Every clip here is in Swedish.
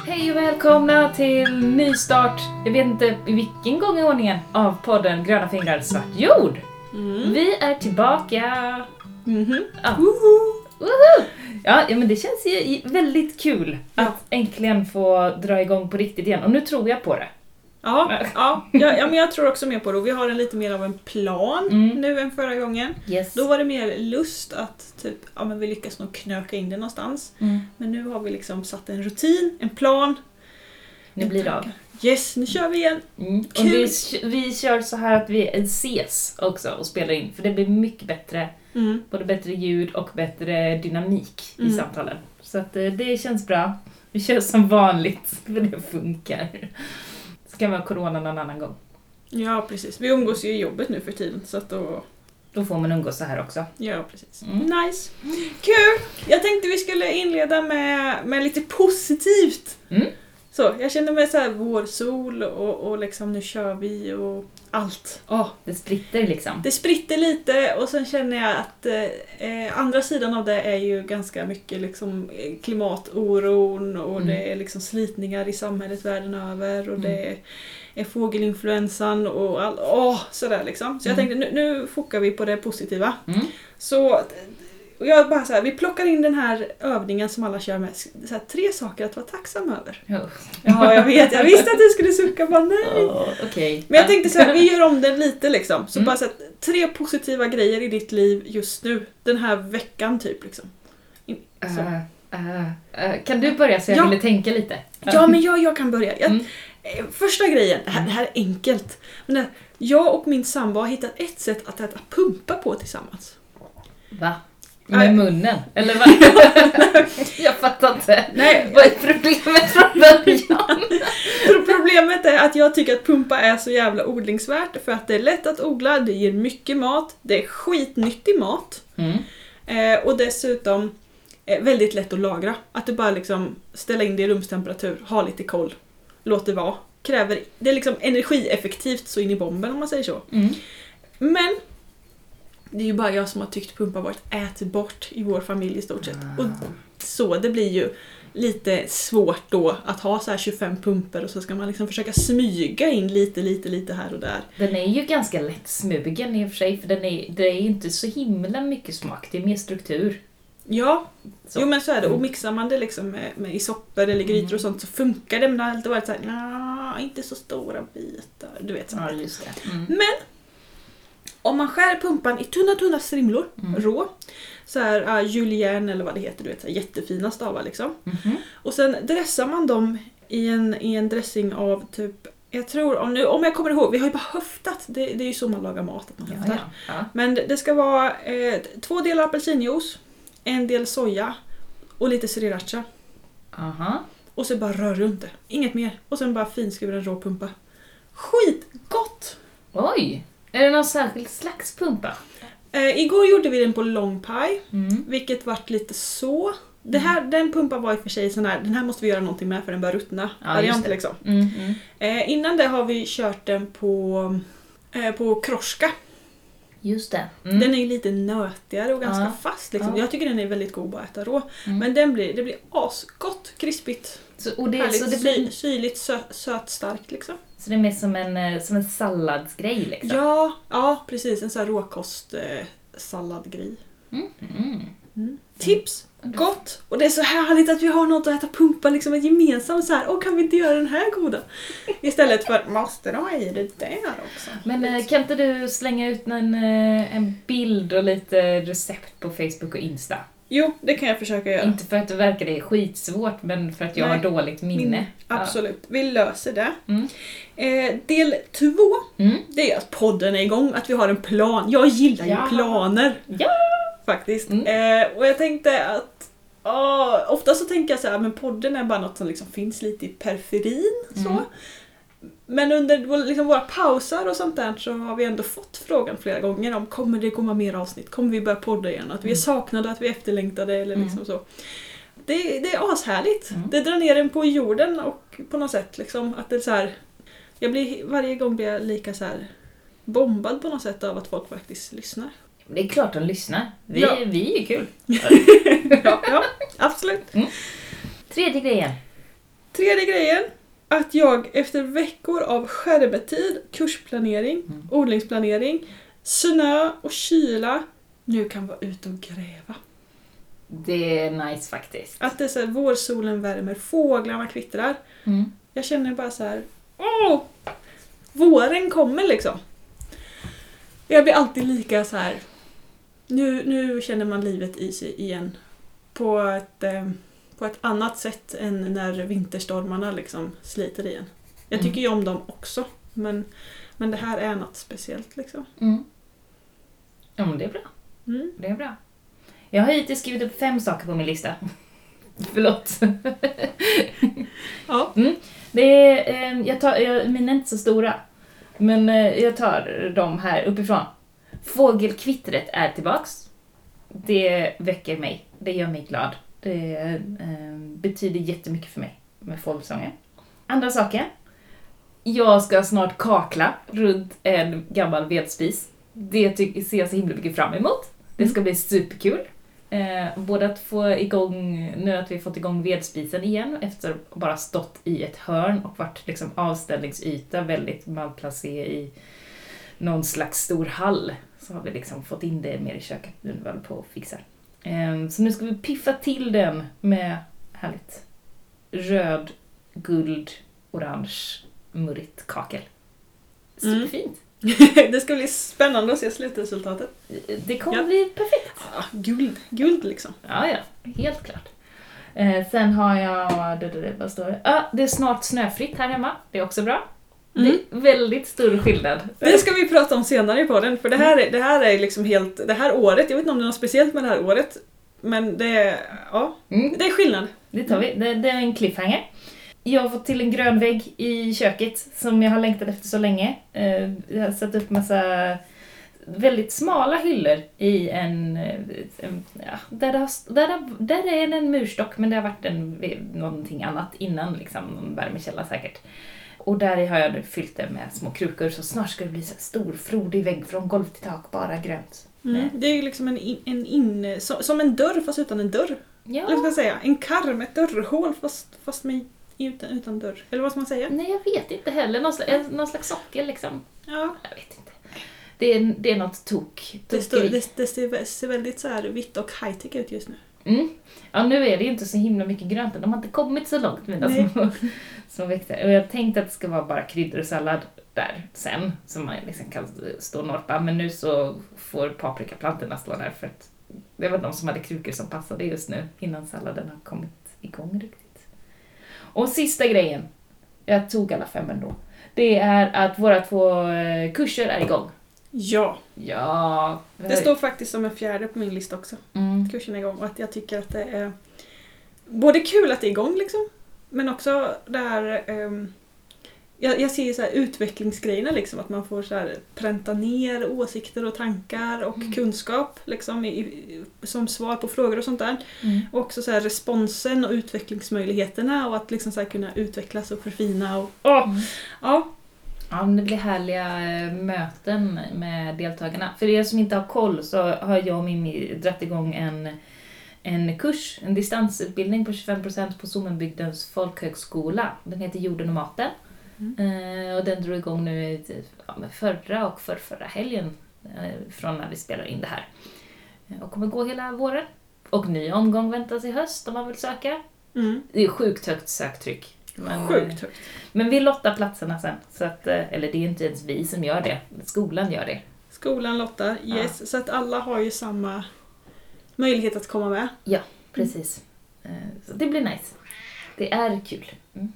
Hej och välkomna till nystart, jag vet inte vilken gång i ordningen, av podden Gröna fingrar svart jord. Vi är tillbaka. Ja. Woho! Ja, men det känns ju väldigt kul att äntligen få dra igång på riktigt igen. Och nu tror jag på det. Ja, men jag tror också mer på det. Vi har en lite mer av en plan nu än förra gången. Yes. Då var det mer lust att typ, men vi lyckas nog knöka in det någonstans. Men nu har vi liksom satt en rutin, en plan. Nu blir det av. Yes, nu kör vi igen. Och vi kör så här att vi ses också och spelar in. För det blir mycket bättre. Både bättre ljud och bättre dynamik i samtalen. Så att det känns bra. Vi kör som vanligt, för det funkar. Så kan vara corona någon annan gång. Ja, precis. Vi umgås ju i jobbet nu för tiden. Så att då får man umgås så här också. Ja, precis. Nice. Kul! Jag tänkte vi skulle inleda med lite positivt. Så, jag känner mig så här vårsol och liksom nu kör vi och allt. Det spritter liksom. Det spritter lite och sen känner jag att andra sidan av det är ju ganska mycket liksom klimatoron och det är liksom slitningar i samhället världen över och det är fågelinfluensan och sådär liksom. Så jag tänkte nu fokar vi på det positiva. Så och jag bara så här, vi plockar in den här övningen som alla kör med. Så här, 3 saker att vara tacksam över. Ja, jag vet. Jag visste att du skulle sucka, bara nej. Okay. Men jag tänkte så här, vi gör om den lite liksom. Så bara så här, 3 positiva grejer i ditt liv just nu. Den här veckan typ liksom. Kan du börja så jag ville tänka lite? Ja, men jag kan börja. Första grejen, det här är enkelt. Men jag och min sambo har hittat ett sätt att äta pumpa på tillsammans. Va? Med munnen? Eller vad? Jag fattar inte. Nej. Vad är problemet från början? Problemet är att jag tycker att pumpa är så jävla odlingsvärt. För att det är lätt att odla, det ger mycket mat. Det är skitnyttig mat. Och dessutom väldigt lätt att lagra. Att du bara liksom ställa in det i rumstemperatur, ha lite koll, låt det vara. Det är liksom energieffektivt så in i bomben om man säger så. Men det är ju bara jag som har tyckt pumpa varit ätbart i vår familj i stort sett. Och så det blir ju lite svårt då att ha så här 25 pumper och så ska man liksom försöka smyga in lite här och där. Den är ju ganska lätt smugen i och för sig, för det är inte så himla mycket smak, det är mer struktur. Ja, jo men så är det. Och mixar man det liksom med i soppor eller grytor och sånt så funkar det. Men det har alltid varit så här, inte så stora bitar. Du vet så. Ja, just det. Men om man skär pumpan i tunna strimlor, rå, så här julienne eller vad det heter, du vet, så här, jättefina stavar liksom. Och sen dressar man dem i en dressing av typ, jag tror, om jag kommer ihåg, vi har ju bara höftat, det är ju så man lagar mat, att man höftar. Ja. Men det ska vara 2 delar apelsinjuice, 1 del soja och lite sriracha. Och så bara rör runt det, inget mer. Och sen bara finskuren rå pumpa. Skitgott! Oj! Är det någon särskild slags pumpa? Igår gjorde vi den på long pie, vilket vart lite så. Den pumpan var i och för sig sån här, den här måste vi göra någonting med för den börjar ruttna. Variant liksom. Innan det har vi kört den på kroska. Just det. Den är ju lite nötigare och ganska fast liksom. Jag tycker den är väldigt god att äta rå. Men det blir asgott, krispigt. Så det blir syrligt, söt, starkt liksom. Så det är mer som en salladsgrej liksom? Ja, precis. En sån här råkost-salladgrej. Tips! Gott! Och det är så härligt att vi har något att äta pumpa liksom ett gemensamt så här. Kan vi inte göra den här goda? Istället för, måste du ha i det där också? Men kan inte du slänga ut en bild och lite recept på Facebook och Insta? Jo, det kan jag försöka göra. Inte för att det verkar det skitsvårt, men för att jag har dåligt minne. Absolut, vi löser det. Del 2, det är att podden är igång, att vi har en plan. Jag gillar ju planer. Ja! Faktiskt. Och jag tänkte att ofta så tänker jag så här, men podden är bara något som liksom finns lite i periferin. Så. Men under liksom våra pauser och sånt där så har vi ändå fått frågan flera gånger om kommer det komma mer avsnitt? Kommer vi börja podda igen? Att vi är saknade, att vi är efterlängtade eller liksom så. Det är ashärligt. Det drar ner en på jorden och på något sätt liksom att det är så här, varje gång blir jag lika så här bombad på något sätt av att folk faktiskt lyssnar. Det är klart de lyssnar. Vi är ju kul. Ja, absolut. 3:e grejen. Tredje grejen, att jag efter veckor av skärmetid, kursplanering, odlingsplanering, snö och kyla nu kan vara ute och gräva. Det är nice faktiskt. Att det är så här, vårsolen värmer, fåglarna kvittrar. Jag känner bara så här, våren kommer liksom. Jag blir alltid lika så här. Nu känner man livet i sig igen på ett annat sätt än när vinterstormarna liksom sliter igen. Jag tycker ju om dem också, men det här är något speciellt liksom. Ja, men det är bra. Det är bra. Jag har hittills skrivit upp 5 saker på min lista. Förlåt. Ja. Det är, mina är inte så stora. Men jag tar dem här uppifrån. Fågelkvittret är tillbaks. Det väcker mig. Det gör mig glad. Det betyder jättemycket för mig med fågelsången. Andra saker. Jag ska snart kakla runt en gammal vedspis. Det ser jag så himla mycket fram emot. Det ska bli superkul. Både att få igång, nu att vi fått igång vedspisen igen efter att bara stått i ett hörn och varit liksom avställningsyta väldigt malplacé i någon slags stor hall, så har vi liksom fått in det mer i köket nu när vi håller på och fixar. Så nu ska vi piffa till den med härligt röd, guld, orange, murrigt kakel. Superfint. Det ska bli spännande att se slutresultatet. Det kommer bli perfekt. Ja, guld liksom. Ja, helt klart. Sen har jag, vad står det? Det är snart snöfritt här hemma. Det är också bra. Det är väldigt stor skillnad. Det ska vi prata om senare i podden. För det här är liksom helt, det här året, jag vet inte om det är något speciellt med det här året. Men det är, det är skillnad. Det tar vi. Det är en cliffhanger. Jag har fått till en grön vägg i köket som jag har längtat efter så länge. Jag har satt upp massa väldigt smala hyllor i där är en murstock, men det har varit någonting annat innan, liksom någon värmekälla säkert. Och där har jag nu fyllt det med små krukor, så snart ska det bli så stor, frodig vägg från golv till tak, bara grönt. Det är ju liksom som en dörr fast utan en dörr. Ja. Eller ska jag säga, en karm, ett dörrhål fast med utan dörr. Eller vad ska man säga? Nej, jag vet inte heller. Någon slags sockel liksom. Ja. Jag vet inte. Det är något tok. Det ser väldigt så här vitt och high-tech ut just nu. Ja, nu är det ju inte så himla mycket grönt. De har inte kommit så långt med de små växter. Och jag tänkte att det ska vara bara kryddor och sallad där sen, som man liksom kan stå och norpa. Men nu så får paprikaplantorna stå där, för att det var de som hade krukor som passade just nu innan salladen har kommit igång riktigt. Och sista grejen, jag tog alla 5 ändå, det är att våra 2 kurser är igång. Ja. Det står faktiskt som en 4:e på min lista också. Kursen är igång, och att jag tycker att det är både kul att det är igång liksom, men också där jag ser så här utvecklingsgrejerna liksom, att man får så här pränta ner åsikter och tankar och kunskap liksom som svar på frågor och sånt där. Och också så här responsen och utvecklingsmöjligheterna, och att liksom så här kunna utvecklas och förfina och Ja, det blir härliga möten med deltagarna. För er som inte har koll, så har jag och Mimmi dratt igång en kurs, en distansutbildning på 25% på Sommenbygdens folkhögskola. Den heter Jorden och maten. Och den drog igång nu förra och förrförra helgen från när vi spelar in det här. Och kommer gå hela våren. Och ny omgång väntas i höst om man vill söka. Det är sjukt högt söktryck. Sjukt högt. Men vi lottar platserna sen. Så att, eller det är inte ens vi som gör det. Skolan gör det. Skolan lottar, yes. Ja. Så att alla har ju samma möjlighet att komma med. Ja, precis. Så det blir nice. Det är kul.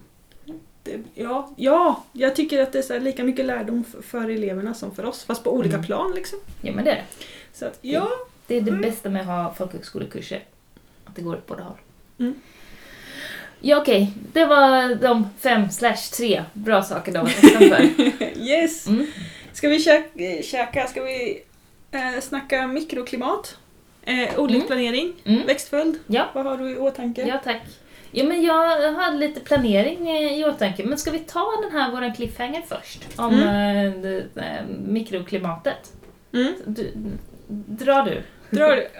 Jag tycker att det är så här lika mycket lärdom för eleverna som för oss. Fast på olika plan liksom. Ja, men det är det. Så att, det är det bästa med att ha folkhögskolekurser. Att det går åt båda håll. Ja, okej. Det var de 5/3 bra saker de var tacksam för. Yes. Ska vi ska vi snacka mikroklimat? Odlingsplanering? Växtföljd? Ja. Vad har du i åtanke? Ja, tack. Ja, men jag hade lite planering i åtanke. Men ska vi ta den här våran cliffhanger först? Om mikroklimatet. Drar du?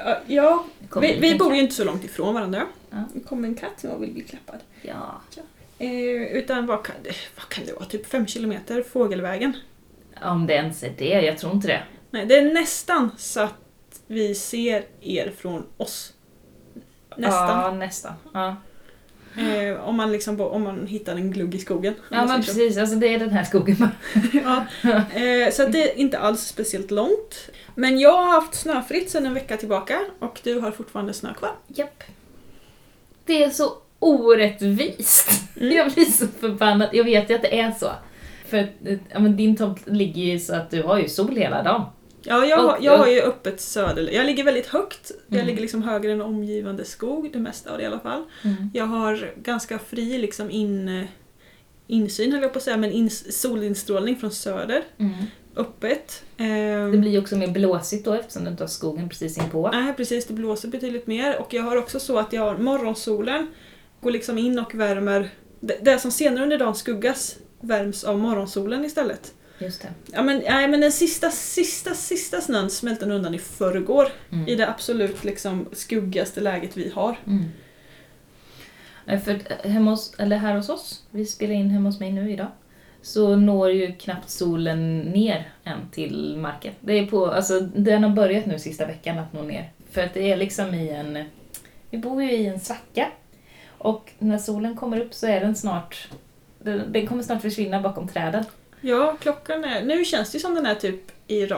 Ja. Vi bor ju inte så långt ifrån varandra. Ja. Det kommer en katt som vill bli klappad. Ja. Utan vad kan det vara? Typ 5 kilometer fågelvägen. Om det ens är det, jag tror inte det. Nej, det är nästan så att vi ser er från oss. Nästan. Ja, nästan. Ja. Om man hittar en glugg i skogen. Ja, men precis. Alltså det är den här skogen. Ja. Så att det är inte alls speciellt långt. Men jag har haft snöfritt sedan en vecka tillbaka och du har fortfarande snö kvar. Japp. Det är så orättvist. Jag blir så förbannad. Jag vet ju att det är så. För din tomt ligger ju så att du har ju sol hela dagen. Ja, jag har ju öppet söder. Jag ligger väldigt högt. Jag ligger liksom högre än omgivande skog, det mesta av det i alla fall. Jag har ganska fri liksom insyn, höll jag på att säga, men solinstrålning från söder. Öppet. Det blir ju också mer blåsigt då eftersom du inte har skogen precis inpå. Nej, precis. Det blåser betydligt mer. Och jag har också så att jag har morgonsolen går liksom in och värmer. Det som senare under dagen skuggas värms av morgonsolen istället. Just det. Ja, men den sista snön smälte undan i förrgår. I det absolut liksom skuggaste läget vi har. För här hos oss, vi spelar in hemma hos mig nu idag, så når ju knappt solen ner än till marken. Den har börjat nu sista veckan att nå ner. För att det är liksom vi bor ju i en svacka. Och när solen kommer upp så är den kommer snart försvinna bakom träden. Ja, klockan är... Nu känns det som den är typ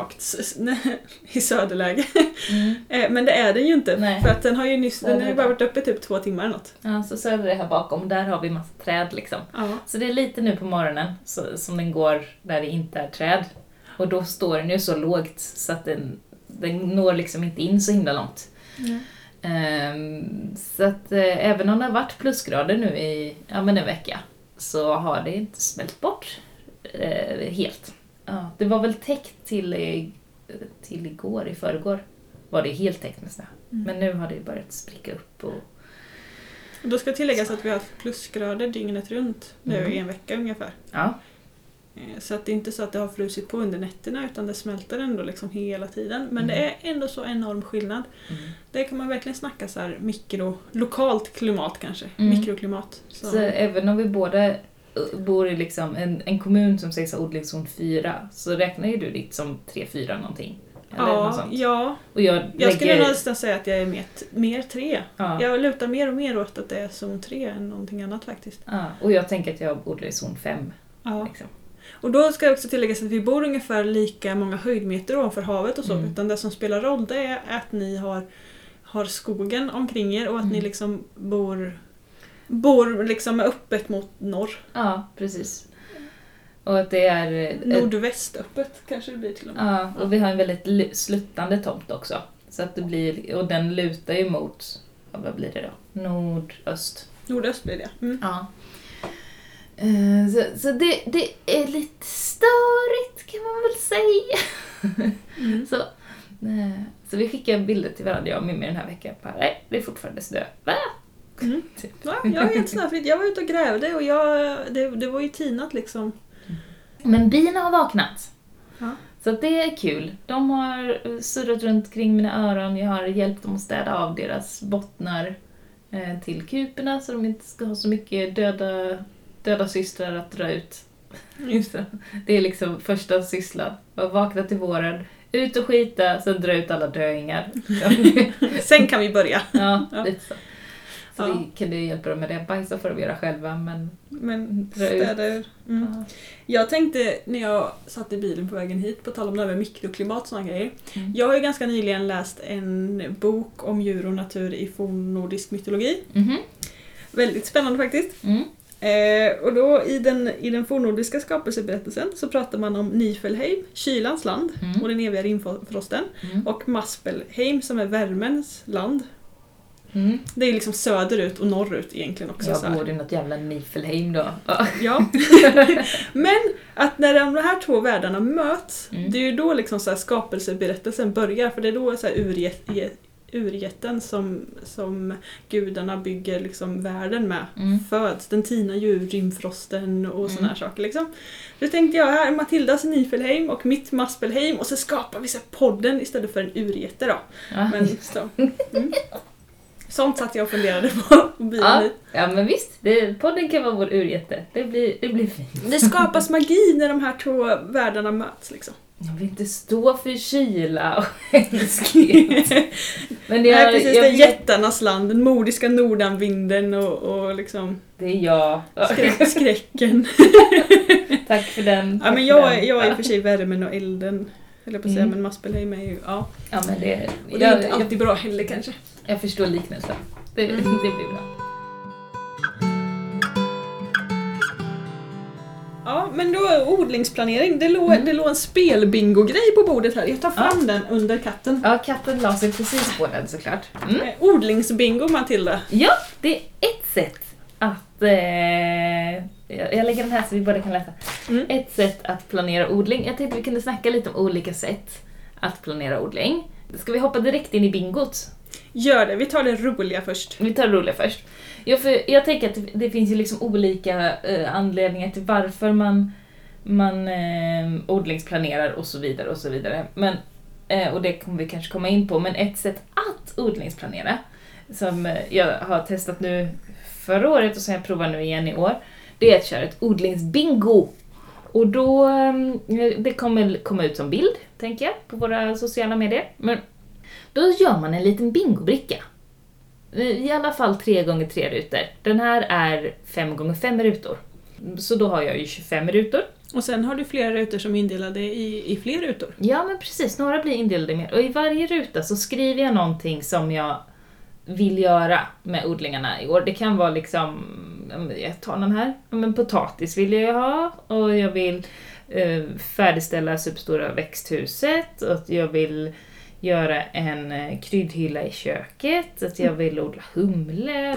i söderläge. Men det är den ju inte. Nej. För att den har ju bara varit uppe typ 2 timmar eller något. Ja, så söder är här bakom. Där har vi massa träd liksom. Ja. Så det är lite nu på morgonen som den går där det inte är träd. Och då står den ju så lågt så att den når liksom inte in så himla långt. Så att även om det har varit plusgrader nu i en vecka så har det inte smält bort helt. Ja, det var väl täckt till igår, i förrgår var det helt täckt med snö. Men nu har det börjat spricka upp. Och då ska tilläggas att vi har haft plusgrader dygnet runt nu i en vecka ungefär. Ja. Så att det är inte så att det har frusit på under nätterna utan det smälter ändå liksom hela tiden. Men det är ändå så enorm skillnad. Det kan man verkligen snacka så här lokalt klimat kanske. Mikroklimat. Så även om vi båda bor i liksom en kommun som sägs ha odlingszon 4 så räknar ju du ditt som 3-4 någonting. Ja. Och jag skulle nästan säga att jag är mer 3. Ja. Jag lutar mer och mer åt att det är zon 3 än någonting annat faktiskt. Ja. Och jag tänker att jag odlar i zon 5. Ja. Liksom. Och då ska jag också tillägga att vi bor ungefär lika många höjdmeter ovanför havet och så. Utan det som spelar roll det är att ni har skogen omkring er och att ni liksom bor liksom öppet mot norr. Ja, precis. Och att det är nordväst öppet kanske det blir till och med. Ja, och vi har en väldigt sluttande tomt också. Så att det blir, och den lutar ju mot, vad blir det då? Nordöst. Nordöst blir det. Ja. Så det är lite störigt kan man väl säga. Så vi skickar bilder till varandra, jag och Mimmi den här veckan. Nej, det är fortfarande snö. Va? Ja, jag är helt snöfritt. Jag var ute och grävde och det var ju tinat liksom. Men bina har vaknat. Ja. Så det är kul. De har surrat runt kring mina öron. Jag har hjälpt dem att städa av deras bottnar till kuperna så de inte ska ha så mycket döda systrar att dra ut. Just det. Det är liksom första sysslan. Vakna till våren, ut och skita, sen dra ut alla döingar. Sen kan vi börja. Ja, lite så. Så vi kan hjälpa dem med det. Bajsa får de göra själva, men städa ur. Ja. Jag tänkte när jag satt i bilen på vägen hit på tal om det här med mikroklimat och såna grejer. Jag har ju ganska nyligen läst en bok om djur och natur i fornnordisk mytologi. Väldigt spännande faktiskt. Och då i den fornnordiska skapelseberättelsen så pratar man om Niflheim, kylans land och den eviga rimfrosten och Muspelheim som är värmens land. Det är liksom söderut och norrut egentligen också. Jag bor i något jävla Niflheim då. Ja. Men att när de här 2 världarna möts, det är ju då liksom så här skapelseberättelsen börjar. För det är då så här urjätten som gudarna bygger liksom världen med föds. Den tina djur, rymfrosten och såna här saker liksom. Då tänkte jag här Matildas Niflheim och mitt Muspelheim och så skapar vi så här podden istället för en urjätte då. Men så. Sånt satt jag och funderade på bilen hit. Ja, men visst. Podden kan vara vår urjätte. Det blir fint. Det skapas magi när de här två världarna möts liksom. Jag vill inte stå för kyla och hemskhet. Men det är precis det jättarnas land, den mordiska nordanvinden och liksom... Det är jag. Skräcken. Tack för den. Ja, men jag är i och för sig värmen och elden. Eller på att säga, men Muspelheim är ju... Ja, men det... Och det är inte alltid bra heller kanske. Jag förstår liknelsen. Det blir bra. Ja, men då odlingsplanering. Det låg en spelbingo-grej på bordet här. Jag tar fram den under katten. Ja, katten la sig precis på den såklart. Odlingsbingo, Matilda. Ja, det är ett sätt att... jag lägger den här så vi båda kan läsa. Ett sätt att planera odling. Jag tänkte vi kunde snacka lite om olika sätt att planera odling. Ska vi hoppa direkt in i bingot? Gör det, vi tar det roliga först. Ja, för jag tänker att det finns ju liksom olika anledningar till varför man odlingsplanerar och så vidare. Men, och det kommer vi kanske komma in på. Men ett sätt att odlingsplanera som jag har testat nu förra året och som jag provar nu igen i år, det är att köra ett odlingsbingo. Och då, det kommer komma ut som bild, tänker jag, på våra sociala medier. Men då gör man en liten bingobricka. I alla fall 3x3 rutor. Den här är 5x5 rutor. Så då har jag ju 25 rutor. Och sen har du flera rutor som är indelade i fler rutor. Ja, men precis. Några blir indelade mer. Och i varje ruta så skriver jag någonting som jag vill göra med odlingarna i år. Det kan vara liksom, jag tar den här, men potatis vill jag ha. Och jag vill färdigställa superstora växthuset. Och jag vill göra en kryddhylla i köket. Att jag vill odla humle.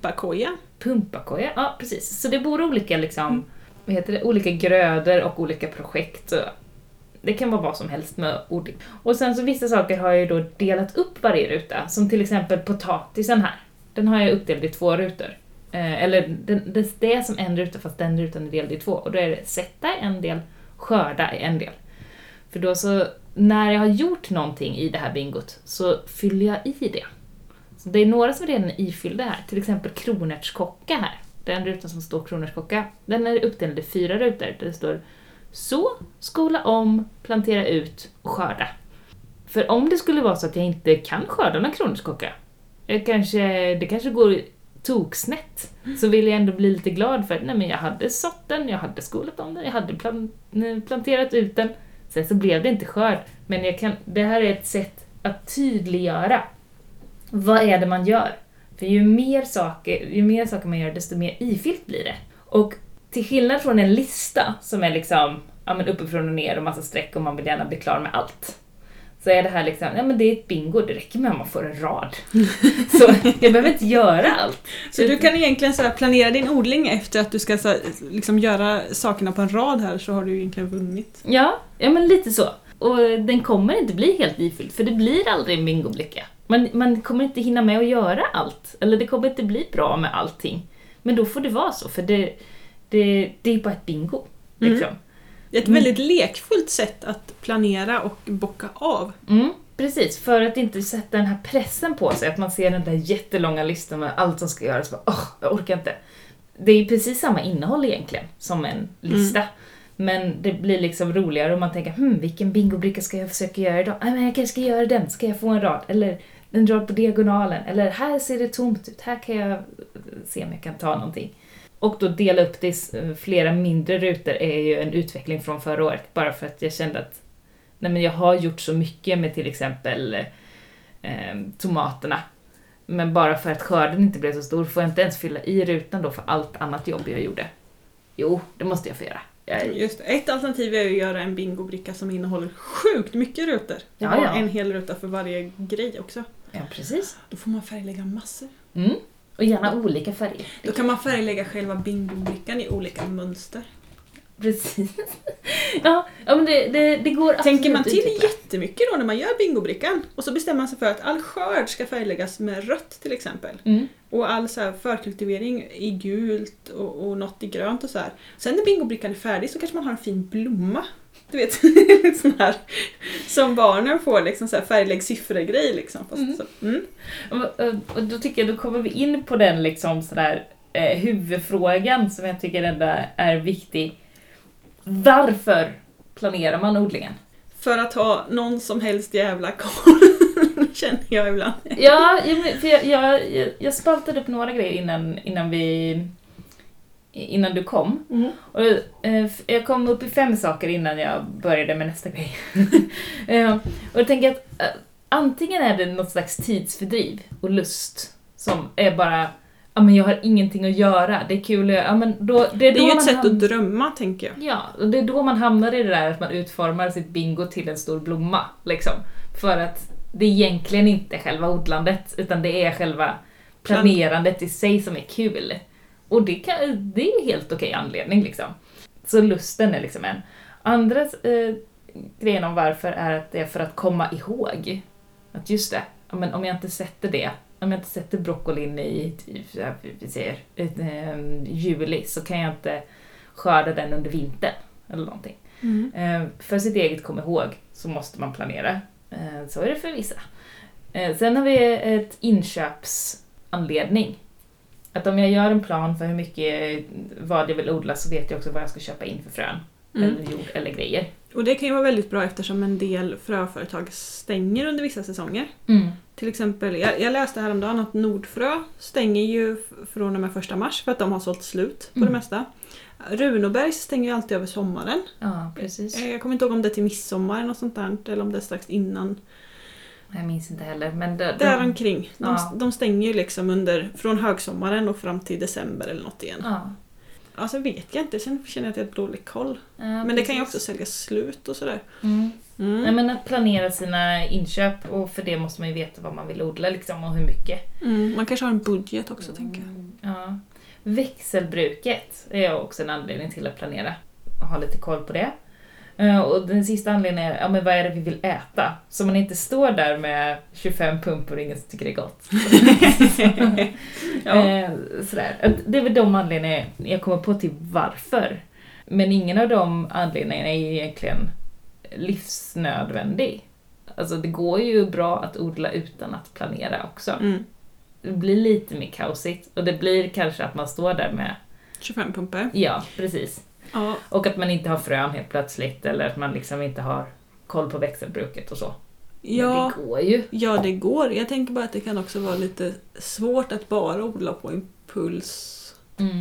Pumpakoja, ja precis. Så det bor olika liksom, olika grödor och olika projekt. Det kan vara vad som helst med odling. Och sen så vissa saker har jag ju då delat upp varje ruta. Som till exempel potatisen här. Den har jag uppdelat i 2 rutor. Eller det är som en ruta fast den rutan är delad i 2. Och då är det sätta en del, skörda en del. För då så, när jag har gjort någonting i det här bingot så fyller jag i det. Så det är några som redan är ifyllda här. Till exempel kronärtskocka här. Den rutan som står kronärtskocka. Den är uppdelad i 4 rutor. Där det står så, skola om, plantera ut och skörda. För om det skulle vara så att jag inte kan skörda någon kronärtskocka. Det kanske går toksnätt. Så vill jag ändå bli lite glad för att jag hade sått den, jag hade skolat om den, jag hade planterat ut den. Sen så blev det inte skörd. Men det här är ett sätt att tydliggöra. Vad är det man gör? För ju mer saker man gör, desto mer ifyllt blir det. Och till skillnad från en lista som är liksom uppifrån och ner och massa streck och man vill gärna bli klar med allt. Så är det här liksom, det är ett bingo, det räcker med att man får en rad. Så jag behöver inte göra allt. Så du kan egentligen så här planera din odling efter att du ska så här, liksom göra sakerna på en rad här, så har du egentligen vunnit. Ja, men lite så. Och den kommer inte bli helt ifylld, för det blir aldrig en bingobricka. Man kommer inte hinna med att göra allt. Eller det kommer inte bli bra med allting. Men då får det vara så, för det är bara ett bingo. Liksom. Det är ett väldigt lekfullt sätt att planera och bocka av. Precis, för att inte sätta den här pressen på sig. Att man ser den där jättelånga listan med allt som ska göras. Jag orkar inte. Det är precis samma innehåll egentligen som en lista. Men det blir liksom roligare om man tänker, vilken bingobricka ska jag försöka göra idag? Men jag kanske ska göra den, ska jag få en rad? Eller en rad på diagonalen? Eller här ser det tomt ut, här kan jag se om jag kan ta någonting. Och då dela upp det i flera mindre rutor är ju en utveckling från förra året. Bara för att jag kände att jag har gjort så mycket med till exempel tomaterna. Men bara för att skörden inte blev så stor får jag inte ens fylla i rutan då för allt annat jobb jag gjorde. Jo, det måste jag få göra. Just det. Ett alternativ är att göra en bingobricka som innehåller sjukt mycket rutor. Och ha en hel ruta för varje grej också. Ja, precis. Då får man färglägga massor. Och gärna olika färger. Då kan man färglägga själva bingobrickan i olika mönster. Precis. Ja, men det går absolut. Tänker man till jättemycket då när man gör bingobrickan. Och så bestämmer man sig för att all skörd ska färgläggas med rött till exempel. Och all så här förkultivering i gult och något i grönt och så här. Sen när bingobrickan är färdig så kanske man har en fin blomma Du vet, sån här som barnen får liksom så här färglägg siffror-grej liksom. Fast så. Och då tycker jag, då kommer vi in på den liksom sådär huvudfrågan som jag tycker ändå är viktig. Varför planerar man odlingen? För att ha någon som helst jävla koll, känner jag ibland. Ja, för jag spaltade upp några grejer innan du kom. Och jag kom upp i 5 saker innan jag började med nästa grej. Och jag tänker att antingen är det något slags tidsfördriv och lust som är bara, ja men jag har ingenting att göra, det är kul att göra. Ja, men då, det är ju ett sätt att drömma, tänker jag. Ja, och det är då man hamnar i det där att man utformar sitt bingo till en stor blomma. Liksom. För att det är egentligen inte själva odlandet, utan det är själva planerandet i sig som är kul. Och det är helt okej anledning liksom. Så lusten är liksom en. Andra grejen om varför är att det är för att komma ihåg. Att just det, men om jag inte sätter broccolin i vi säger, juli, så kan jag inte skörda den under vintern eller någonting. För sitt eget komma ihåg så måste man planera. Så är det för vissa. Sen har vi ett inköpsanledning. Att om jag gör en plan för hur mycket vad jag vill odla, så vet jag också vad jag ska köpa in för frön eller jord eller grejer. Och det kan ju vara väldigt bra eftersom en del fröföretag stänger under vissa säsonger. Till exempel, jag läste häromdagen att Nordfrö stänger ju från och med 1 mars för att de har sålt slut på det mesta. Runobergs stänger ju alltid över sommaren. Ja, precis. Jag kommer inte ihåg om det är till midsommar och sånt där, eller om det är strax innan. Jag minns inte heller. Men där omkring. De stänger ju liksom från högsommaren och fram till december eller något igen. Ja. Alltså vet jag inte, sen känner jag att jag har dålig koll. Ja, men precis. Det kan ju också sälja slut och sådär. Nej, men att planera sina inköp, och för det måste man ju veta vad man vill odla liksom, och hur mycket. Man kanske har en budget också, tänker jag. Ja. Växelbruket är också en anledning till att planera. Ha lite koll på det. Och den sista anledningen är, men vad är det vi vill äta? Så man inte står där med 25 pumpor och ingen som tycker det är gott. Sådär. Det är väl de anledningarna jag kommer på till varför. Men ingen av de anledningarna är egentligen livsnödvändig. Alltså det går ju bra att odla utan att planera också. Det blir lite mer kaosigt. Och det blir kanske att man står där med 25 pumpor. Ja, precis. Ja. Och att man inte har frön helt plötsligt, eller att man liksom inte har koll på växelbruket och så. Ja, men det går ju. Ja, det går. Jag tänker bara att det kan också vara lite svårt att bara odla på impuls.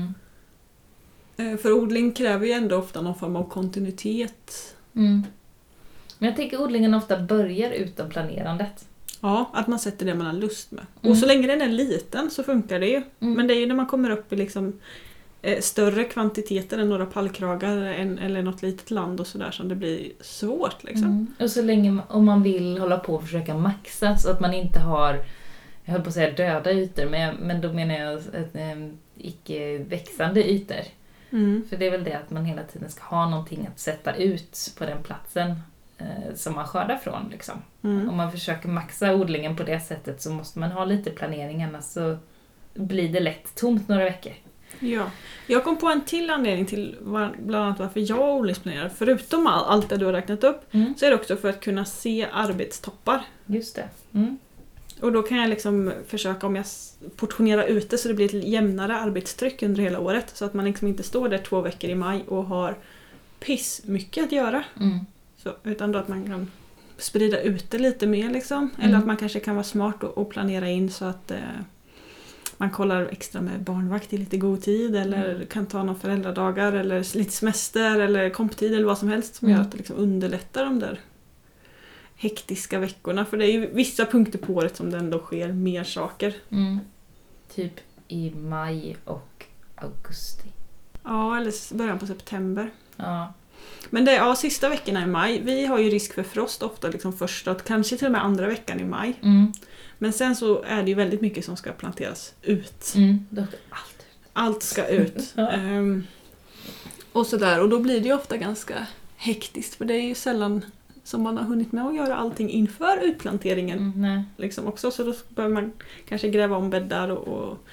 För odling kräver ju ändå ofta någon form av kontinuitet. Men jag tänker odlingen ofta börjar utan planerandet. Ja, att man sätter det man har lust med. Och så länge den är liten så funkar det ju. Men det är ju när man kommer upp i liksom större kvantiteter än några pallkragar eller något litet land och sådär som det blir svårt liksom. Och så länge om man vill hålla på och försöka maxa så att man inte har, jag höll på att säga döda ytor, men då menar jag icke växande ytor. För det är väl det att man hela tiden ska ha någonting att sätta ut på den platsen som man skördar från liksom. Om man försöker maxa odlingen på det sättet så måste man ha lite planering, annars så blir det lätt tomt några veckor. Ja, jag kom på en till anledning till bland annat varför jag odlingsplanerar. Förutom allt det du har räknat upp så är det också för att kunna se arbetstoppar. Just det. Och då kan jag liksom försöka, om jag portionerar ut det så det blir ett jämnare arbetstryck under hela året. Så att man liksom inte står där 2 veckor i maj och har mycket att göra. Så, utan då att man kan sprida ut det lite mer liksom. Eller att man kanske kan vara smart och planera in så att man kollar extra med barnvakt i lite god tid, eller kan ta några föräldradagar eller lite semester eller komptid eller vad som helst som gör att det liksom underlättar de där hektiska veckorna. För det är ju vissa punkter på året som det ändå sker mer saker. Typ i maj och augusti. Ja, eller början på september. Ja. Men det är sista veckorna i maj. Vi har ju risk för frost ofta liksom första och kanske till och med andra veckan i maj. Men sen så är det ju väldigt mycket som ska planteras ut. Allt ska ut. Och sådär. Och då blir det ju ofta ganska hektiskt. För det är ju sällan som man har hunnit med att göra allting inför utplanteringen. Liksom också. Så då bör man kanske gräva om bäddar och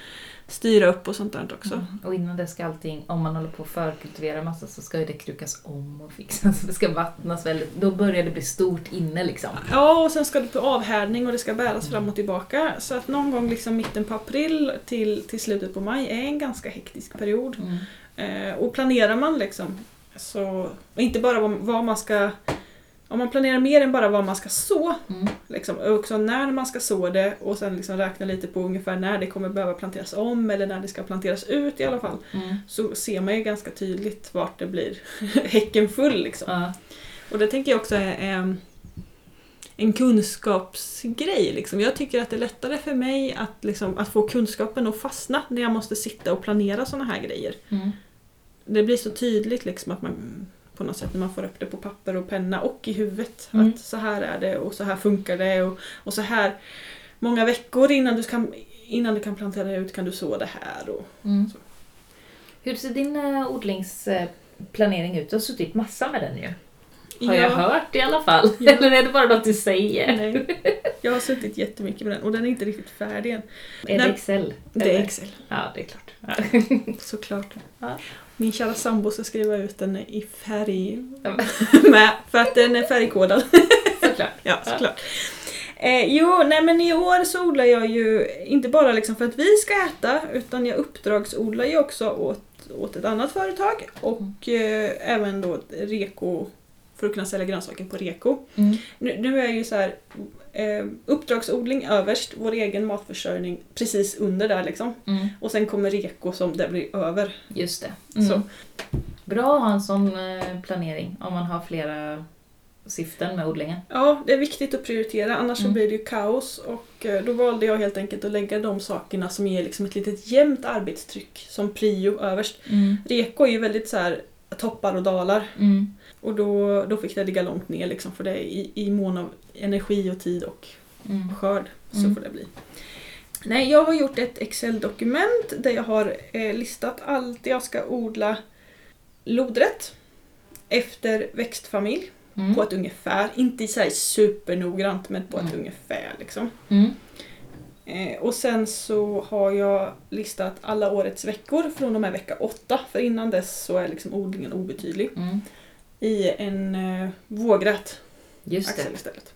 styra upp och sånt där också. Och innan det ska allting, om man håller på att förkultivera massa så ska det krukas om och fixas. Det ska vattnas väldigt, då börjar det bli stort inne liksom. Ja, och sen ska det på avhärdning och det ska bäras fram och tillbaka. Så att någon gång liksom mitten på april till slutet på maj är en ganska hektisk period. Och planerar man liksom, så inte bara vad man ska... Om man planerar mer än bara vad man ska så, liksom, och också när man ska så det och sen liksom räkna lite på ungefär när det kommer behöva planteras om eller när det ska planteras ut i alla fall, så ser man ju ganska tydligt vart det blir häcken full. Liksom. Och det tänker jag också är en kunskapsgrej. Liksom. Jag tycker att det är lättare för mig att, liksom, att få kunskapen att fastna när jag måste sitta och planera såna här grejer. Det blir så tydligt liksom, att man... på något sätt när man får upp det på papper och penna och i huvudet. Att så här är det och så här funkar det och så här många veckor innan du kan plantera ut kan du så det här. Och så. Hur ser din odlingsplanering ut? Du har suttit massa med den ju. Har jag hört i alla fall. Ja. Eller är det bara något du säger? Nej. Jag har suttit jättemycket med den och den är inte riktigt färdig än. Är det Excel? Det är Excel. Ja, det är klart. Ja. Såklart. Ja. Min kära sambo ska skriva ut den i färg med, för att den är färgkodad. Såklart. Ja, såklart. Men i år så odlar jag ju inte bara liksom för att vi ska äta, utan jag uppdragsodlar ju också åt ett annat företag och även då Reko, för att kunna sälja grönsaker på Reko. Nu är ju så här uppdragsodling överst, vår egen matförsörjning precis under där liksom. Och sen kommer Reko som det blir över. Just det. Så. Bra att ha en sån planering om man har flera syften med odlingen. Ja, det är viktigt att prioritera, annars så blir det ju kaos. Och då valde jag helt enkelt att lägga de sakerna som ger liksom ett litet jämnt arbetstryck som prio överst. Reko är ju väldigt så här toppar och dalar. Och då fick det ligga långt ner liksom, för det är i mån av energi och tid och skörd så får det bli. Nej, jag har gjort ett Excel-dokument där jag har listat allt jag ska odla lodrätt efter växtfamilj på ett ungefär. Inte så här supernoggrant, men på ett ungefär liksom. Och sen så har jag listat alla årets veckor från och med vecka 8. För innan dess så är liksom odlingen obetydlig. I en vågrätt axel istället.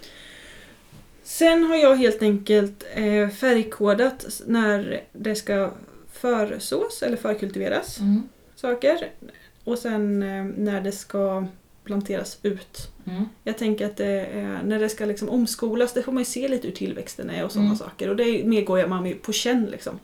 Sen har jag helt enkelt färgkodat när det ska försås eller förkultiveras saker. Och sen när det ska planteras ut. Jag tänker att när det ska liksom omskolas, det får man ju se lite hur tillväxten är och sådana saker. Och det medgår man ju på känn liksom.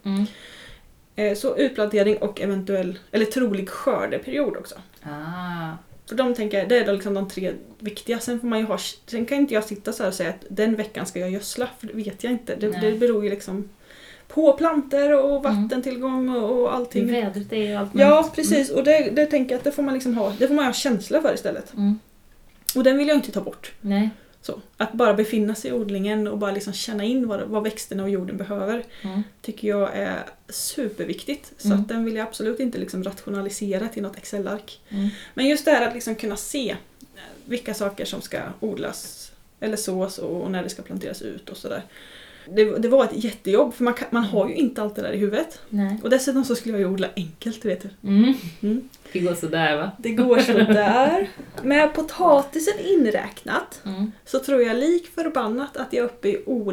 Så utplantering och eventuell, eller trolig skördeperiod också. För de tänker jag, det är då liksom de 3 viktiga. Sen får man ju sen kan inte jag sitta så här och säga att den veckan ska jag gödsla, för det vet jag inte. Det beror ju liksom på planter och vattentillgång och allting. Vädret är ju allt. Ja, precis. Och det tänker jag att det får man liksom ha. Det får man ha känsla för istället. Och den vill jag inte ta bort. Nej. Så, att bara befinna sig i odlingen och bara liksom känna in vad växterna och jorden behöver tycker jag är superviktigt. Så att den vill jag absolut inte liksom rationalisera till något Excel-ark. Men just det här att liksom kunna se vilka saker som ska odlas eller sås och när det ska planteras ut och sådär. Det var ett jättejobb, för man har ju inte allt det där i huvudet. Nej. Och dessutom så skulle jag ju odla enkelt, vet du. Det går sådär, va? Det går sådär. Med potatisen inräknat så tror jag lik förbannat att jag är uppe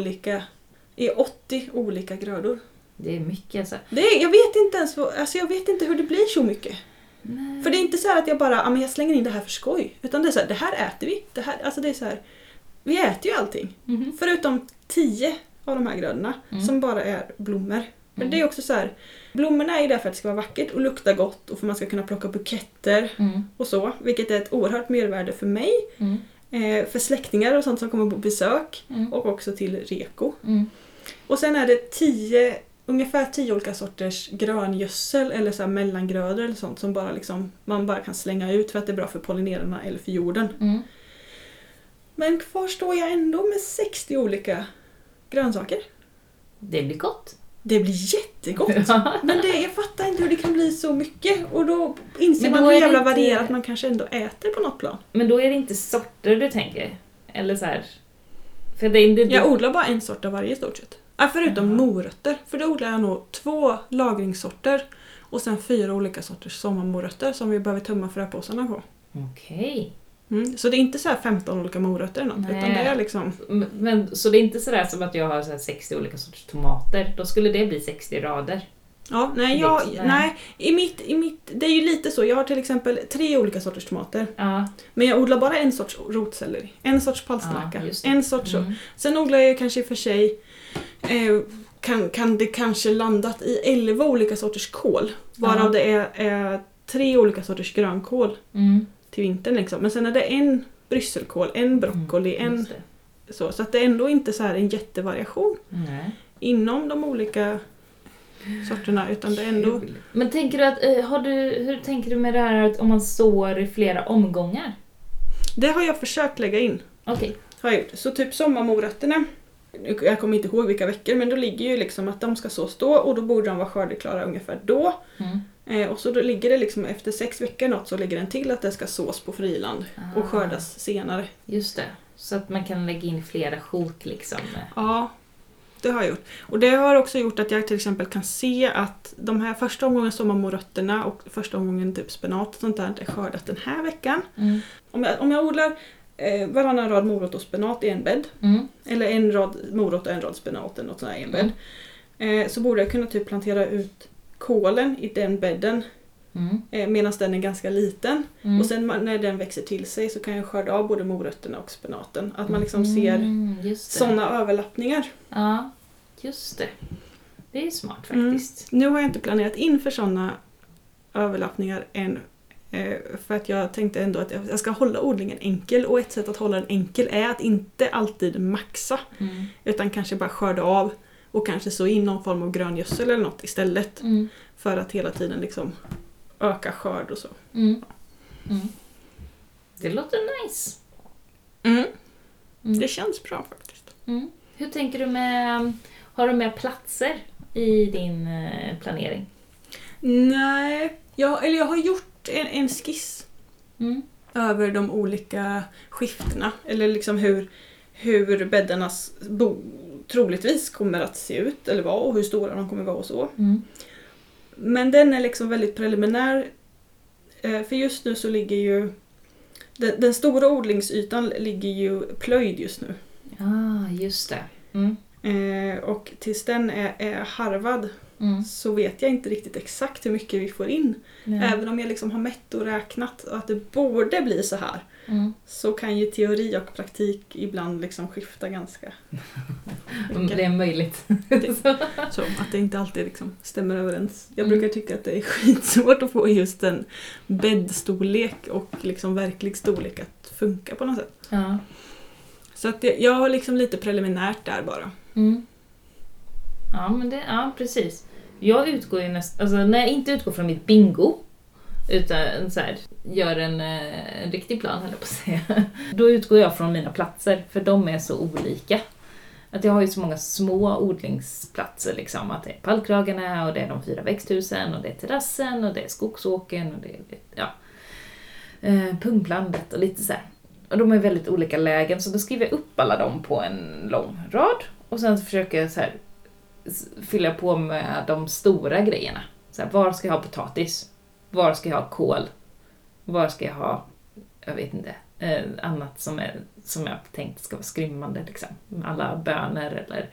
i 80 olika grödor. Det är mycket alltså. Jag vet inte ens jag vet inte hur det blir så mycket. Nej. För det är inte så här att jag bara men jag slänger in det här för skoj, utan det är så här, det här äter vi. Det här, alltså det är så här, vi äter ju allting. Förutom 10 av de här grödorna som bara är blommor. Men det är också så här, blommorna är ju där för att det ska vara vackert och lukta gott och för att man ska kunna plocka buketter och så, vilket är ett oerhört mervärde för mig, för släktingar och sånt som kommer på besök och också till Reko. Och sen är det ungefär 10 olika sorters gröngödsel eller så här mellangrödor eller sånt som bara liksom, man bara kan slänga ut för att det är bra för pollinerarna eller för jorden. Men kvar står jag ändå med 60 olika grönsaker. Det blir gott. Det blir jättegott. Men jag fattar inte hur det kan bli så mycket. Och då inser man hur jävla varierat man kanske ändå äter på något plan. Men då är det inte sorter du tänker? Eller så här... För jag odlar bara en sort av varje stort sett. Ja, förutom morötter. För då odlar jag nog 2 lagringssorter. Och sen 4 olika sorters sommarmorötter som vi behöver tömma fröpåsarna på. Okej. Så det är inte så här 15 olika morötter eller något. Utan det är liksom... Men, så det är inte så där som att jag har så här 60 olika sorters tomater. Då skulle det bli 60 rader. Ja, nej. I mitt, det är ju lite så. Jag har till exempel 3 olika sorters tomater. Ja. Men jag odlar bara en sorts rotselleri. En sorts palsternacka. En sorts så. Sen odlar jag kanske i och för sig... Kan det kanske landat i 11 olika sorters kål. Varav det är 3 olika sorters grönkål till vintern liksom. Men sen är det en brysselkål, en broccoli, en så att det är ändå inte så här en jättevariation inom de olika sorterna, utan det är ändå... Men tänker du att hur tänker du med det här att om man sår i flera omgångar? Det har jag försökt lägga in. Okej. Har jag gjort. Så typ sommarmorötterna, jag kommer inte ihåg vilka veckor, men då ligger ju liksom att de ska sås då, och då borde de vara skördeklara ungefär då. Och så då ligger det liksom efter 6 veckor något, så ligger den till att det ska sås på friland och skördas senare. Just det, så att man kan lägga in flera sjok liksom. Ja, det har jag gjort. Och det har också gjort att jag till exempel kan se att de här första omgången sommarmorötterna och första omgången typ spenat och sånt där är skördat den här veckan. Om jag odlar varannan rad morot och spenat i en bädd, eller en rad morot och en rad spenat eller något sånt där i en bädd, så borde jag kunna typ plantera ut kålen i den bädden medan den är ganska liten. Och sen när den växer till sig så kan jag skörda av både morötterna och spenaten. Att man liksom ser sådana överlappningar. Ja, just det. Det är smart faktiskt. Nu har jag inte planerat in för sådana överlappningar än. För att jag tänkte ändå att jag ska hålla odlingen enkel. Och ett sätt att hålla den enkel är att inte alltid maxa. Utan kanske bara skörda av. Och kanske så in någon form av gröngödsel eller något istället. För att hela tiden liksom öka skörd och så. Det låter nice. Det känns bra faktiskt. Hur tänker du med... Har du med platser i din planering? Nej, jag har gjort en skiss över de olika skiftena. Eller liksom hur bäddarnas troligtvis kommer att se ut eller vara, och hur stora de kommer vara och så. Men den är liksom väldigt preliminär. För just nu så ligger ju den stora odlingsytan ligger ju plöjd just nu. Ja, just det. Och tills den är harvad så vet jag inte riktigt exakt hur mycket vi får in. Även om jag liksom har mätt och räknat att det borde bli så här. Så kan ju teori och praktik ibland liksom skifta ganska mycket. Det är möjligt. Så att det inte alltid liksom stämmer överens. Jag brukar tycka att det är skitsvårt att få just en bäddstorlek och liksom verklig storlek att funka på något sätt. Ja. Så att jag har liksom lite preliminärt där bara. Ja, men ja, precis. Jag utgår ju alltså när jag inte utgår från mitt bingo, utan så här, gör en riktig plan, höll jag på att säga. Då utgår jag från mina platser, för de är så olika. Att jag har ju så många små odlingsplatser liksom, att det är pallkragarna och det är de 4 växthusen och det är terrassen och det är skogsåken och det är pungplandet och lite så här. Och de är väldigt olika lägen, så då skriver jag upp alla dem på en lång rad och sen försöker jag så här fylla på med de stora grejerna. Så här, var ska jag ha potatis? Var ska jag ha kål? Var ska jag ha, jag vet inte, annat som jag tänkt ska vara skrymmande liksom. Alla bönor eller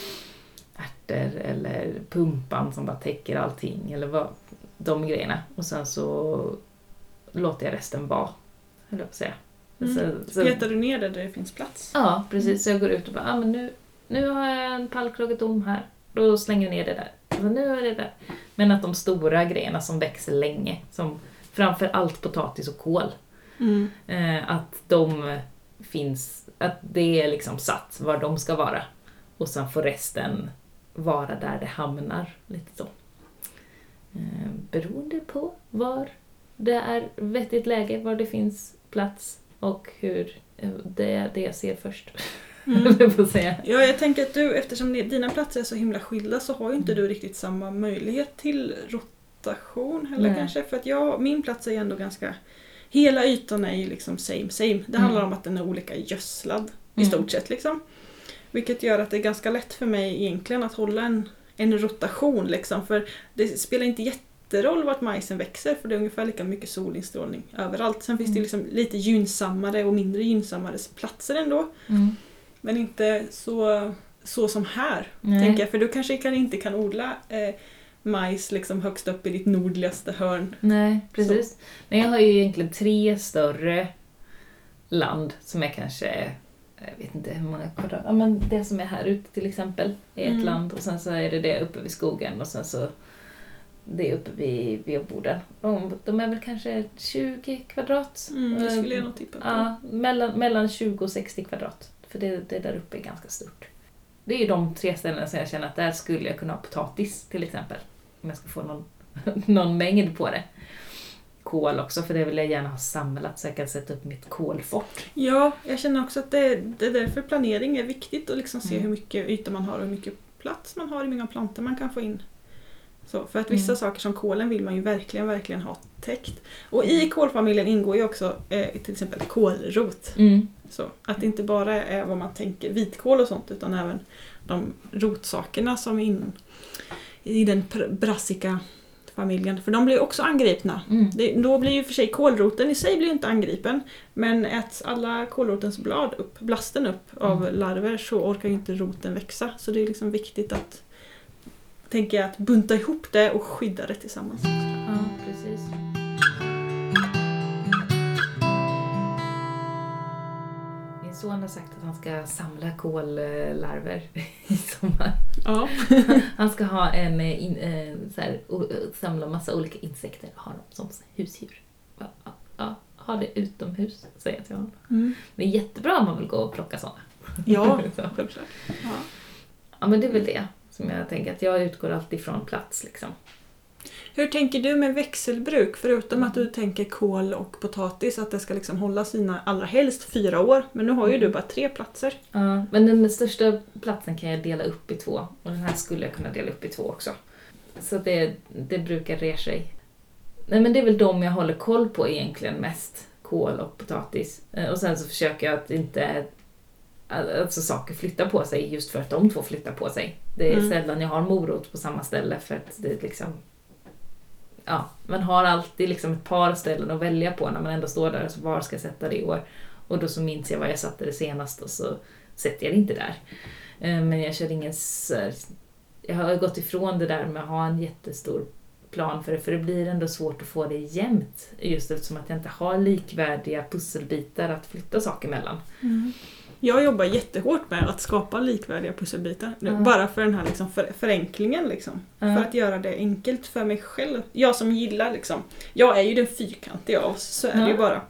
ärtor eller pumpan som bara täcker allting eller vad, de grejerna. Och sen så låter jag resten vara, höll jag på att säga. Så petar du ner där det finns plats? Ja, precis. Så jag går ut och bara, men nu har jag en pallkragetom här. Då slänger jag ner det där. Alltså, nu är det där. Men att de stora grejerna som växer länge, som framför allt potatis och kål, att de finns, att det är liksom satt var de ska vara. Och sen får resten vara där det hamnar. Lite så. Beroende på var det är vettigt läge, var det finns plats och hur det jag ser först. Ja, jag tänker att du, eftersom dina platser är så himla skilda, så har ju inte du riktigt samma möjlighet till rotation heller kanske. För att min plats är ju ändå ganska, hela ytan är ju liksom same. Det handlar om att den är olika gödslad i stort sett liksom. Vilket gör att det är ganska lätt för mig egentligen att hålla en rotation liksom. För det spelar inte jätteroll vart majsen växer, för det är ungefär lika mycket solinstrålning överallt. Sen finns det liksom lite gynnsammare och mindre gynnsammare platser ändå. Men inte så som här, tänker jag. För du kanske inte kan odla majs liksom högst upp i ditt nordligaste hörn. Nej, precis. Men jag har ju egentligen 3 större land som är kanske, jag vet inte hur många kvadrat, ja, men det som är här ute till exempel är ett land, och sen så är det uppe vid skogen, och sen så det är uppe vid vedboden. De är väl kanske 20 kvadrat. Det skulle jag nog tippa på. Ja, mellan 20 och 60 kvadrat. För det där uppe är ganska stort. Det är ju de 3 ställena som jag känner att där skulle jag kunna ha potatis till exempel. Om jag ska få någon mängd på det. Kål också, för det vill jag gärna ha samlat så jag kan sätta upp mitt kålfort. Ja, jag känner också att det är därför planering är viktigt, att liksom se hur mycket yta man har och hur mycket plats man har, hur många plantor man kan få in. Så, för att vissa saker som kålen vill man ju verkligen ha täckt. Och i kålfamiljen ingår ju också till exempel kålrot. Så att det inte bara är vad man tänker vitkål och sånt, utan även de rotsakerna som är i den brassica-familjen. För de blir också angripna. Då blir ju för sig kålroten i sig blir inte angripen, men äts alla kålrotens blad upp, blasten upp av larver, så orkar ju inte roten växa. Så det är liksom viktigt att bunta ihop det och skydda det tillsammans. Ja, precis. Min son har sagt att han ska samla kållarver i sommar. Ja. Han ska ha samla massa olika insekter och ha dem som husdjur. Ja, ha det utomhus, säger jag till honom. Det är jättebra om man vill gå och plocka sådana. Ja, självklart. Ja, men det är väl det som jag tänker, att jag utgår alltid från plats liksom. Hur tänker du med växelbruk? Förutom att du tänker kål och potatis, att det ska liksom hålla sina allra helst 4 år. Men nu har ju du bara 3 platser. Ja, men den största platsen kan jag dela upp i 2. Och den här skulle jag kunna dela upp i 2 också. Så det brukar röra sig. Nej, men det är väl de jag håller koll på egentligen mest. Kål och potatis. Och sen så försöker jag att inte... Alltså saker flyttar på sig just för att de 2 flyttar på sig. Det är sällan jag har morot på samma ställe, för att det är liksom... Ja, man har alltid liksom ett par ställen att välja på när man ändå står där. Så var ska jag sätta det i år? Och då så minns jag var jag satte det senast, och så sätter jag det inte där. Men jag kör ingen... Jag har gått ifrån det där med att ha en jättestor plan för det. För det blir ändå svårt att få det jämnt. Just eftersom att jag inte har likvärdiga pusselbitar att flytta saker mellan. Jag jobbar jättehårt med att skapa likvärdiga pusselbitar. Bara för den här liksom förenklingen. Liksom. För att göra det enkelt för mig själv. Jag som gillar liksom. Jag är ju den fyrkantiga av oss, så är det ju bara.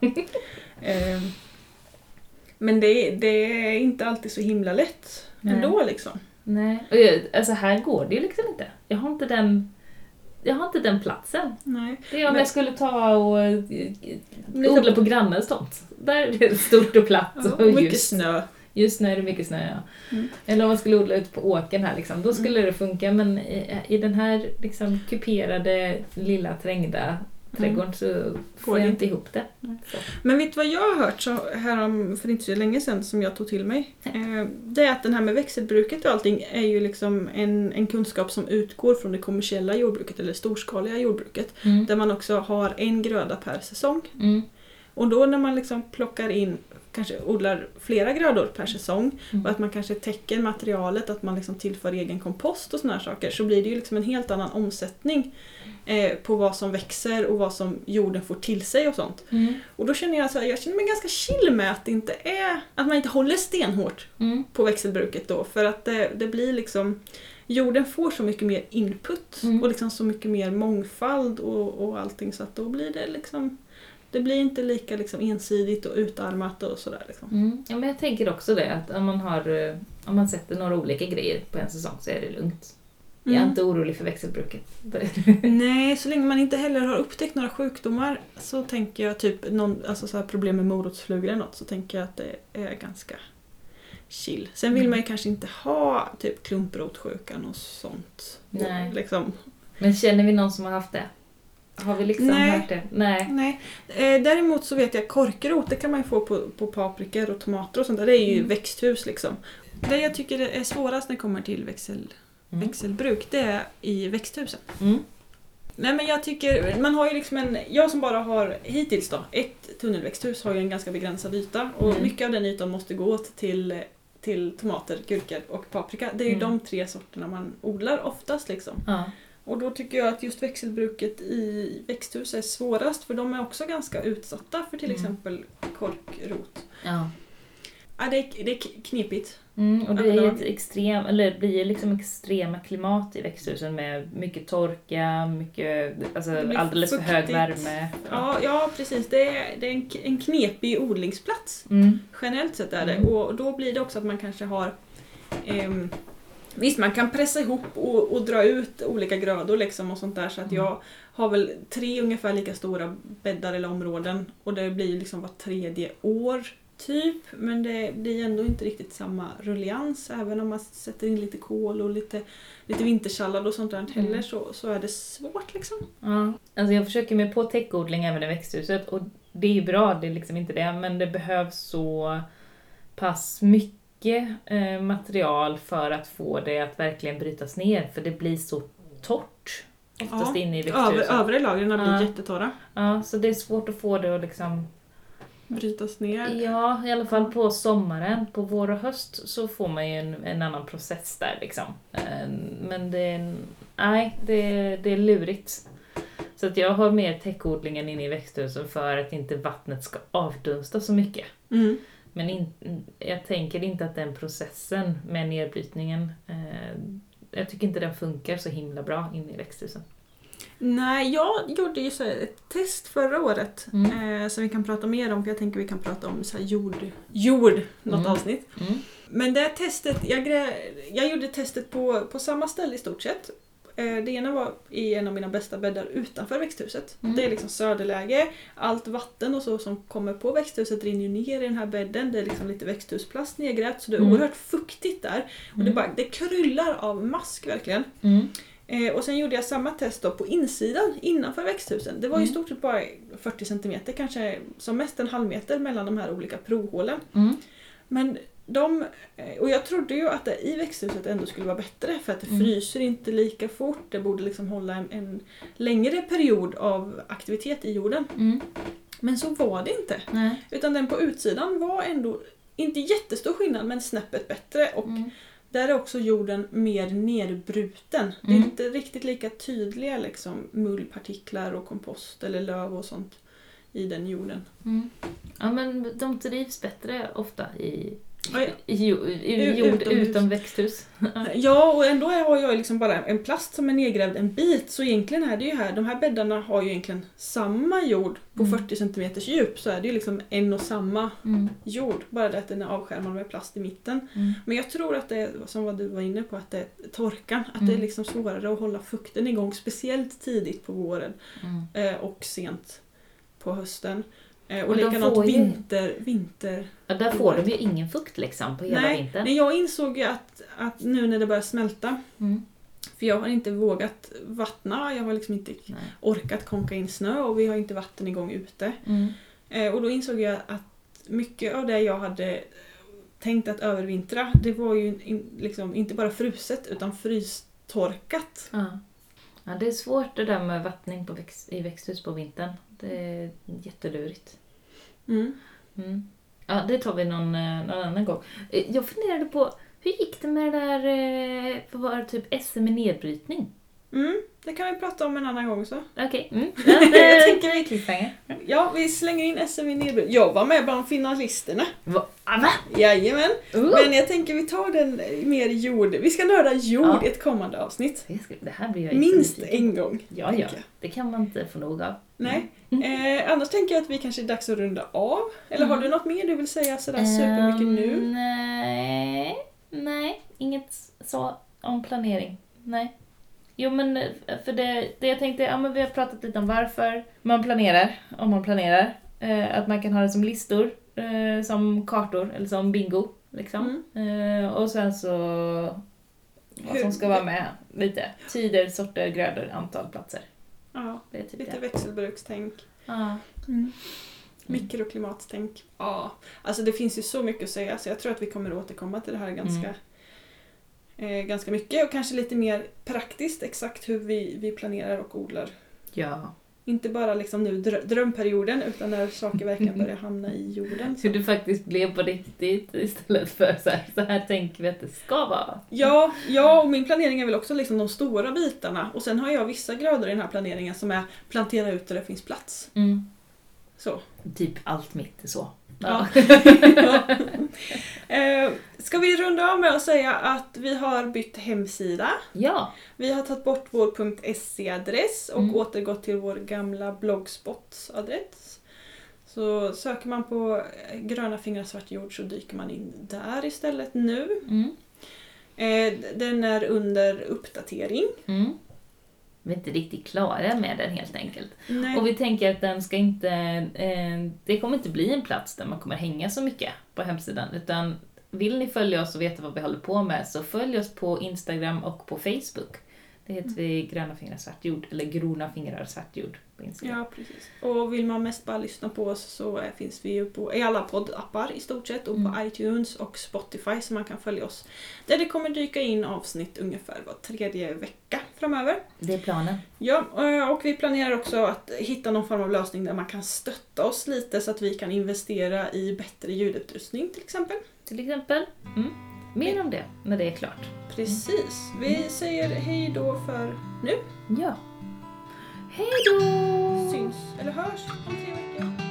Men det är inte alltid så himla lätt ändå liksom. Nej, alltså här går det ju liksom inte. Jag har inte den platsen. Nej. Det är om jag skulle ta och odla på grannens tomt. Där är det stort och platt. Ja, och mycket snö. Just nu är det mycket snö, ja. Eller om man skulle odla ut på åkern här liksom, då skulle det funka. Men i den här liksom kuperade, lilla trängda trädgården så får jag inte ihop det. Men vet du vad jag har hört så här för inte så länge sedan som jag tog till mig? Det är att den här med växelbruket och allting är ju liksom en kunskap som utgår från det kommersiella jordbruket eller storskaliga jordbruket. Där man också har en gröda per säsong. Och då när man liksom plockar in, kanske odlar flera grödor per säsong och att man kanske täcker materialet, att man liksom tillför egen kompost och såna här saker, så blir det ju liksom en helt annan omsättning på vad som växer och vad som jorden får till sig och sånt. Och då känner jag känner mig ganska chill med att man inte håller stenhårt på växelbruket då, för att det blir liksom, jorden får så mycket mer input och liksom så mycket mer mångfald och allting, så att då blir det liksom, det blir inte lika liksom ensidigt och utarmat och sådär liksom. Ja, men jag tänker också det, att om man sätter några olika grejer på en säsong så är det lugnt. Jag är inte orolig för växelbruket. Nej, så länge man inte heller har upptäckt några sjukdomar, så tänker jag typ alltså så här problem med morotsflugor eller något, så tänker jag att det är ganska chill. Sen vill man ju kanske inte ha typ klumprotsjukan och sånt. Nej. Och liksom. Men känner vi någon som har haft det? Har vi liksom hört det? Nej. Däremot så vet jag att korkrot, det kan man ju få på paprikor och tomater och sånt där. Det är ju växthus liksom. Det jag tycker är svårast när det kommer till växelbruk, det är i växthusen. Nej, men jag tycker, man har ju liksom jag som bara har hittills då, ett tunnelväxthus har ju en ganska begränsad yta och mycket av den ytan måste gå åt till tomater, gurkor och paprika. Det är ju de 3 sorterna man odlar oftast liksom. Och då tycker jag att just växelbruket i växthus är svårast, för de är också ganska utsatta för till exempel korkrot. Ja, det är knepigt. Och det är blir liksom extrema klimat i växthusen med mycket torka, mycket, alltså alldeles för hög värme. Ja, precis. Det är en knepig odlingsplats. Generellt sett är det. Och då blir det också att man kanske har... visst, man kan pressa ihop och dra ut olika grödor liksom och sånt där. Så att jag har väl 3 ungefär lika stora bäddar eller områden. Och det blir liksom var 3:e år typ. Men det blir ändå inte riktigt samma rullians. Även om man sätter in lite kål och lite vintersallad och sånt där heller så är det svårt liksom. Ja, alltså jag försöker mig på täckodling även i växthuset. Och det är ju bra, det är liksom inte det. Men det behövs så pass mycket material för att få det att verkligen brytas ner. För det blir så torrt oftast inne i växthuset. Övre lagren blir jättetorra. Ja, så det är svårt att få det att liksom... brytas ner. Ja, i alla fall på sommaren. På vår och höst så får man ju en annan process där liksom. Men det är lurigt. Så att jag har mer täckodlingen inne i växthusen för att inte vattnet ska avdunsta så mycket. Men jag tänker inte att den processen med nedbrytningen, jag tycker inte den funkar så himla bra inne i växthusen. Nej, jag gjorde ju så ett test förra året som vi kan prata mer om, för jag tänker vi kan prata om så här jord något avsnitt. Men det testet, jag gjorde testet på samma ställe i stort sett. Det ena var i en av mina bästa bäddar utanför växthuset. Det är liksom söderläge, allt vatten och så som kommer på växthuset rinner ju ner i den här bädden. Det är liksom lite växthusplast nedgrävt, så det är oerhört fuktigt där. Och det kryllar av mask verkligen. Och sen gjorde jag samma test då på insidan innanför växthusen. Det var ju stort sett bara 40 cm, kanske som mest en halv meter mellan de här olika provhålen. Men och jag trodde ju att det i växthuset ändå skulle vara bättre, för att det fryser inte lika fort. Det borde liksom hålla en längre period av aktivitet i jorden. Men så var det inte. Utan den på utsidan var ändå inte jättestor skillnad, men snäppet bättre. Och där är också jorden mer nerbruten. Det är inte riktigt lika tydliga liksom, mullpartiklar och kompost eller löv och sånt i den jorden. Ja, men de trivs bättre ofta i jord utom växthus. Ja, och ändå har jag liksom bara en plast som är nedgrävd en bit. Så egentligen är det ju här, de här bäddarna har ju egentligen samma jord på 40 cm djup. Så är det ju liksom en och samma jord. Bara det att den är avskärmad med plast i mitten. Men jag tror att det är, som vad du var inne på, att det är torkan. Att det är liksom svårare att hålla fukten igång. Speciellt tidigt på våren och sent på hösten. Och likadant vinter. Ja, där får de ju ingen fukt liksom på hela vintern. Nej, jag insåg ju att nu när det börjar smälta, för jag har inte vågat vattna, jag har liksom inte orkat konka in snö och vi har inte vatten igång ute. Och då insåg jag att mycket av det jag hade tänkt att övervintra, det var ju liksom inte bara fruset utan frystorkat. Ja, det är svårt det där med vattning i växthus på vintern. Det är jättelurigt. Ja, det tar vi någon annan gång. Jag funderade på, hur gick det med det där, vad var det, typ SM i nedbrytning? Det kan vi prata om en annan gång så. Okej. Jag tänker vi cliffhanger. Ja, vi slänger in SM i nedbrytning. Jag var med bland finalisterna. Va? Jajamän. Men jag tänker vi tar den mer jord. Vi ska nörda jord i ett kommande avsnitt. Det här blir jag minst en gång. Ja. Det kan man inte få nog av. Nej. Annars tänker jag att vi kanske är dags att runda av. Eller har du något mer du vill säga sådär supermycket nu? Nej. Inget så om planering. Nej. Jo, men för det jag tänkte, men vi har pratat lite om varför man planerar, om man planerar. Att man kan ha det som listor, som kartor eller som bingo. Liksom. Och sen så vad som ska vara med lite. Tider, sorter, grödor, antal platser. Ja, det är typ lite växelbrukstänk. Ja. Mikroklimattänk. Ja, alltså det finns ju så mycket att säga så jag tror att vi kommer återkomma till det här ganska mycket och kanske lite mer praktiskt exakt hur vi planerar och odlar. Ja. Inte bara liksom nu drömperioden utan när saker verkligen börjar hamna i jorden. Så det faktiskt blev på riktigt istället för så här tänker vi att det ska vara. Ja, och min planering är väl också liksom de stora bitarna. Och sen har jag vissa grödor i den här planeringen som är plantera ut där det finns plats. Mm. Så. Typ allt mitt är så. Ja. Ska vi runda av med att säga att vi har bytt hemsida. Ja. Vi har tagit bort vår .se-adress och återgått till vår gamla blogspot-adress. Så söker man på gröna fingrar svart jord så dyker man in där istället nu. Den är under uppdatering. Vi är inte riktigt klara med den helt enkelt. Nej. Och vi tänker att den ska inte, det kommer inte bli en plats där man kommer hänga så mycket på hemsidan. Utan vill ni följa oss och veta vad vi håller på med så följ oss på Instagram och på Facebook. Det heter vi gröna fingrar svart jord eller grona fingrar svart jord på Instagram. Ja, precis. Och vill man mest bara lyssna på oss så finns vi ju i alla poddappar i stort sett och på iTunes och Spotify så man kan följa oss. Där det kommer dyka in avsnitt ungefär var 3:e vecka framöver. Det är planen. Ja, och vi planerar också att hitta någon form av lösning där man kan stötta oss lite så att vi kan investera i bättre ljudutrustning till exempel. Mer om det när det är klart. Precis. Vi säger hej då för nu. Ja. Hej då! Syns eller hörs om 3 veckor.